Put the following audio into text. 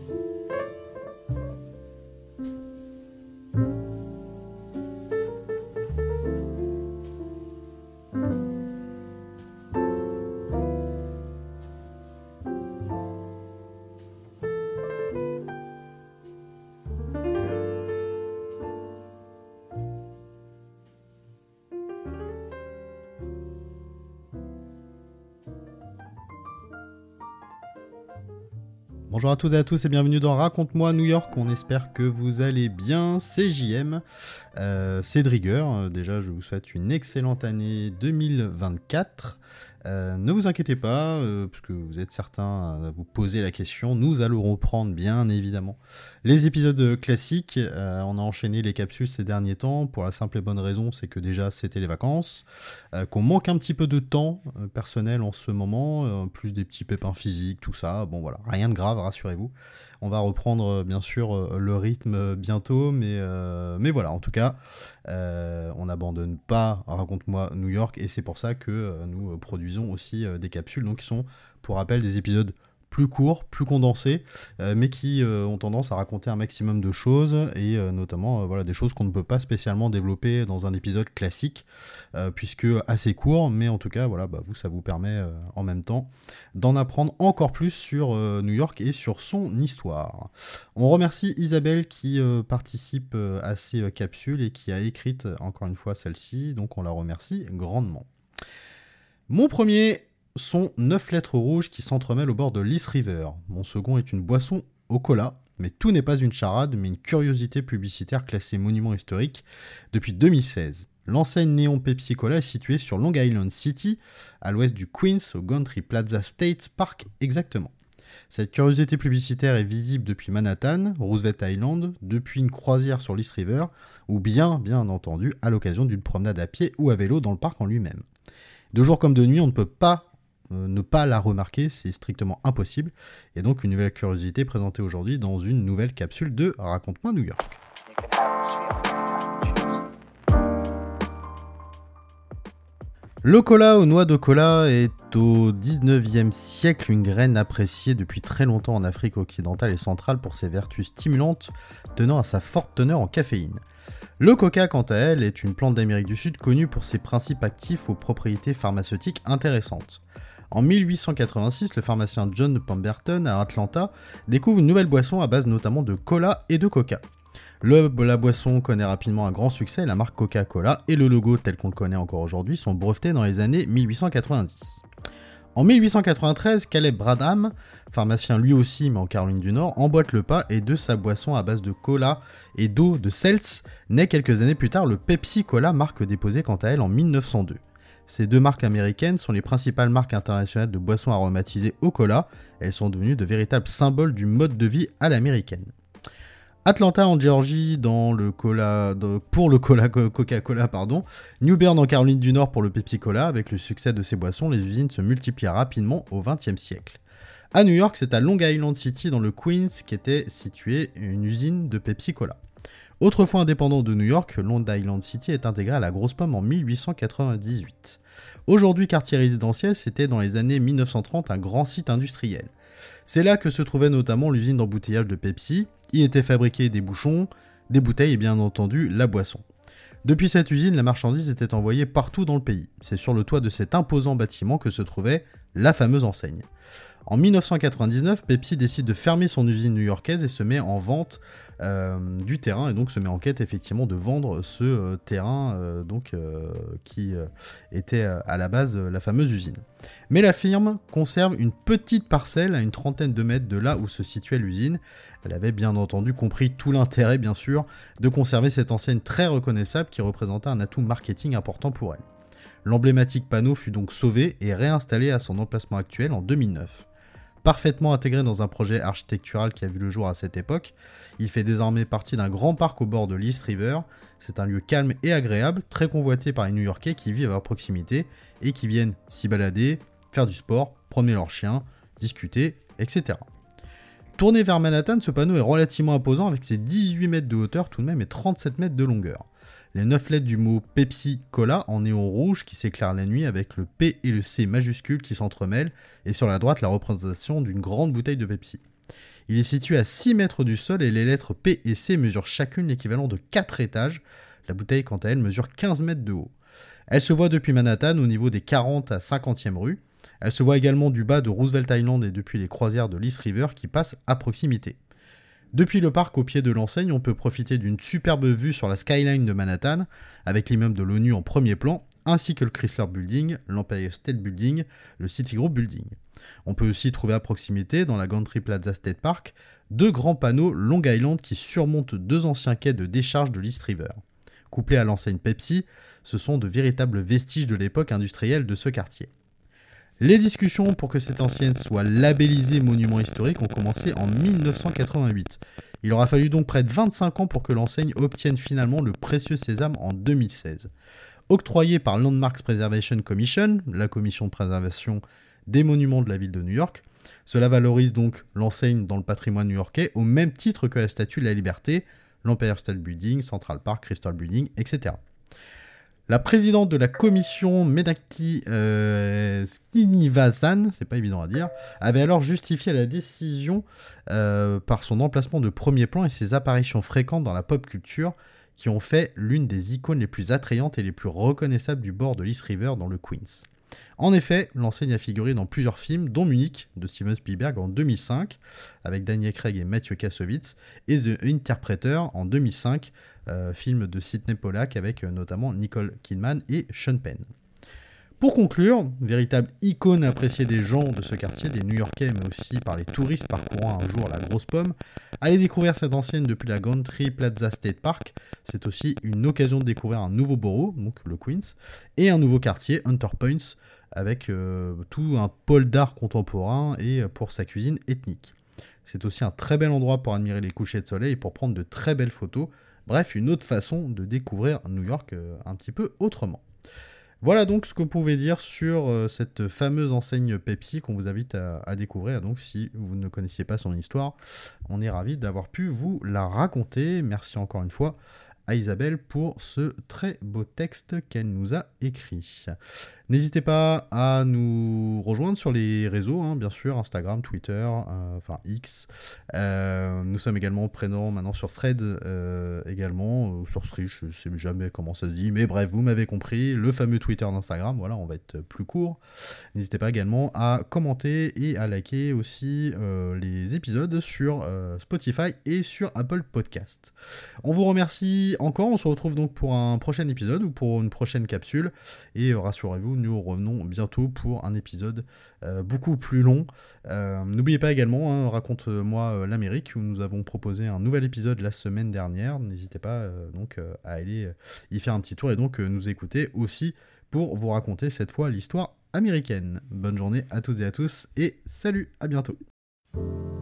Bonjour à toutes et à tous et bienvenue dans Raconte-moi New York, on espère que vous allez bien, c'est JM, c'est Drigger, déjà je vous souhaite une excellente année 2024, ne vous inquiétez pas, puisque vous êtes certains à vous poser la question, nous allons reprendre bien évidemment les épisodes classiques, on a enchaîné les capsules ces derniers temps, pour la simple et bonne raison c'est que déjà c'était les vacances, qu'on manque un petit peu de temps personnel en ce moment, plus des petits pépins physiques, tout ça, bon voilà, rien de grave, rassurez-vous. On va reprendre bien sûr le rythme bientôt, mais voilà, en tout cas, on n'abandonne pas Raconte-moi New York, et c'est pour ça que nous produisons aussi des capsules, donc qui sont, pour rappel, des épisodes plus courts, plus condensés, mais qui ont tendance à raconter un maximum de choses, et notamment voilà, des choses qu'on ne peut pas spécialement développer dans un épisode classique, puisque assez court, mais en tout cas, voilà, vous, ça vous permet en même temps d'en apprendre encore plus sur New York et sur son histoire. On remercie Isabelle qui participe à ces capsules et qui a écrit encore une fois celle-ci, donc on la remercie grandement. Mon premier sont 9 lettres rouges qui s'entremêlent au bord de l'East River. Mon second est une boisson au cola, mais tout n'est pas une charade, mais une curiosité publicitaire classée monument historique depuis 2016. L'enseigne néon Pepsi Cola est située sur Long Island City, à l'ouest du Queens, au Gantry Plaza State Park exactement. Cette curiosité publicitaire est visible depuis Manhattan, Roosevelt Island, depuis une croisière sur l'East River, ou bien entendu à l'occasion d'une promenade à pied ou à vélo dans le parc en lui-même. De jour comme de nuit, on ne peut pas ne pas la remarquer, c'est strictement impossible. Et donc une nouvelle curiosité présentée aujourd'hui dans une nouvelle capsule de Raconte-moi New York. Le cola aux noix de cola est au 19e siècle une graine appréciée depuis très longtemps en Afrique occidentale et centrale pour ses vertus stimulantes tenant à sa forte teneur en caféine. Le coca, quant à elle, est une plante d'Amérique du Sud connue pour ses principes actifs aux propriétés pharmaceutiques intéressantes. En 1886, le pharmacien John Pemberton à Atlanta découvre une nouvelle boisson à base notamment de cola et de coca. La boisson connaît rapidement un grand succès, la marque Coca-Cola et le logo tel qu'on le connaît encore aujourd'hui sont brevetés dans les années 1890. En 1893, Caleb Bradham, pharmacien lui aussi mais en Caroline du Nord, emboîte le pas et de sa boisson à base de cola et d'eau de seltz naît quelques années plus tard le Pepsi Cola, marque déposée quant à elle en 1902. Ces deux marques américaines sont les principales marques internationales de boissons aromatisées au cola, elles sont devenues de véritables symboles du mode de vie à l'américaine. Atlanta en Géorgie pour le Coca-Cola, New Bern en Caroline du Nord pour le Pepsi Cola. Avec le succès de ces boissons, les usines se multiplient rapidement au XXe siècle. À New York, c'est à Long Island City dans le Queens qu'était située une usine de Pepsi Cola. Autrefois indépendant de New York, Long Island City est intégré à la Grosse Pomme en 1898. Aujourd'hui quartier résidentiel, c'était dans les années 1930 un grand site industriel. C'est là que se trouvait notamment l'usine d'embouteillage de Pepsi. Y étaient fabriqués des bouchons, des bouteilles et bien entendu la boisson. Depuis cette usine, la marchandise était envoyée partout dans le pays. C'est sur le toit de cet imposant bâtiment que se trouvait la fameuse enseigne. En 1999, Pepsi décide de fermer son usine new-yorkaise et se met en vente du terrain, et donc se met en quête effectivement de vendre ce terrain qui était à la base la fameuse usine. Mais la firme conserve une petite parcelle à une trentaine de mètres de là où se situait l'usine. Elle avait bien entendu compris tout l'intérêt bien sûr de conserver cette enseigne très reconnaissable qui représentait un atout marketing important pour elle. L'emblématique panneau fut donc sauvé et réinstallé à son emplacement actuel en 2009. Parfaitement intégré dans un projet architectural qui a vu le jour à cette époque, il fait désormais partie d'un grand parc au bord de l'East River. C'est un lieu calme et agréable, très convoité par les New-Yorkais qui vivent à proximité et qui viennent s'y balader, faire du sport, promener leurs chiens, discuter, etc. Tourné vers Manhattan, ce panneau est relativement imposant avec ses 18 mètres de hauteur tout de même et 37 mètres de longueur. Les 9 lettres du mot Pepsi Cola en néon rouge qui s'éclairent la nuit avec le P et le C majuscules qui s'entremêlent et sur la droite la représentation d'une grande bouteille de Pepsi. Il est situé à 6 mètres du sol et les lettres P et C mesurent chacune l'équivalent de 4 étages. La bouteille, quant à elle, mesure 15 mètres de haut. Elle se voit depuis Manhattan au niveau des 40 à 50e rues. Elle se voit également du bas de Roosevelt Island et depuis les croisières de l'East River qui passent à proximité. Depuis le parc au pied de l'enseigne, on peut profiter d'une superbe vue sur la skyline de Manhattan, avec l'immeuble de l'ONU en premier plan, ainsi que le Chrysler Building, l'Empire State Building, le Citigroup Building. On peut aussi trouver à proximité, dans la Gantry Plaza State Park, 2 grands panneaux Long Island qui surmontent 2 anciens quais de décharge de l'East River. Couplés à l'enseigne Pepsi, ce sont de véritables vestiges de l'époque industrielle de ce quartier. Les discussions pour que cette enseigne soit labellisée monument historique ont commencé en 1988. Il aura fallu donc près de 25 ans pour que l'enseigne obtienne finalement le précieux sésame en 2016. Octroyé par Landmarks Preservation Commission, la commission de préservation des monuments de la ville de New York, cela valorise donc l'enseigne dans le patrimoine new-yorkais au même titre que la Statue de la Liberté, l'Empire State Building, Central Park, Crystal Building, etc. La présidente de la commission, Menaki Srinivasan, c'est pas évident à dire, avait alors justifié la décision par son emplacement de premier plan et ses apparitions fréquentes dans la pop culture qui ont fait l'une des icônes les plus attrayantes et les plus reconnaissables du bord de l'East River dans le Queens. En effet, l'enseigne a figuré dans plusieurs films, dont Munich de Steven Spielberg en 2005, avec Daniel Craig et Matthew Kassovitz, et The Interpreter en 2005, film de Sidney Pollack avec notamment Nicole Kidman et Sean Penn. Pour conclure, véritable icône appréciée des gens de ce quartier, des New-Yorkais, mais aussi par les touristes parcourant un jour la Grosse Pomme, allez découvrir cette enseigne depuis la Gantry Plaza State Park. C'est aussi une occasion de découvrir un nouveau borough, donc le Queens, et un nouveau quartier, Hunter Points, avec tout un pôle d'art contemporain et pour sa cuisine ethnique. C'est aussi un très bel endroit pour admirer les couchers de soleil et pour prendre de très belles photos. Bref, une autre façon de découvrir New York un petit peu autrement. Voilà donc ce que vous pouvez dire sur cette fameuse enseigne Pepsi qu'on vous invite à découvrir. Donc si vous ne connaissiez pas son histoire, on est ravis d'avoir pu vous la raconter. Merci encore une fois à Isabelle pour ce très beau texte qu'elle nous a écrit. N'hésitez pas à nous rejoindre sur les réseaux, bien sûr, Instagram, Twitter, X. Nous sommes également présents maintenant sur Thread, également, sur Thread, je ne sais jamais comment ça se dit, mais bref, vous m'avez compris, le fameux Twitter d'Instagram, voilà, on va être plus court. N'hésitez pas également à commenter et à liker aussi les épisodes sur Spotify et sur Apple Podcast. On vous remercie encore, on se retrouve donc pour un prochain épisode ou pour une prochaine capsule, et rassurez-vous, nous revenons bientôt pour un épisode beaucoup plus long. N'oubliez pas également, Raconte-moi l'Amérique, où nous avons proposé un nouvel épisode la semaine dernière. N'hésitez pas donc à aller y faire un petit tour et donc nous écouter aussi pour vous raconter cette fois l'histoire américaine. Bonne journée à toutes et à tous et salut, à bientôt.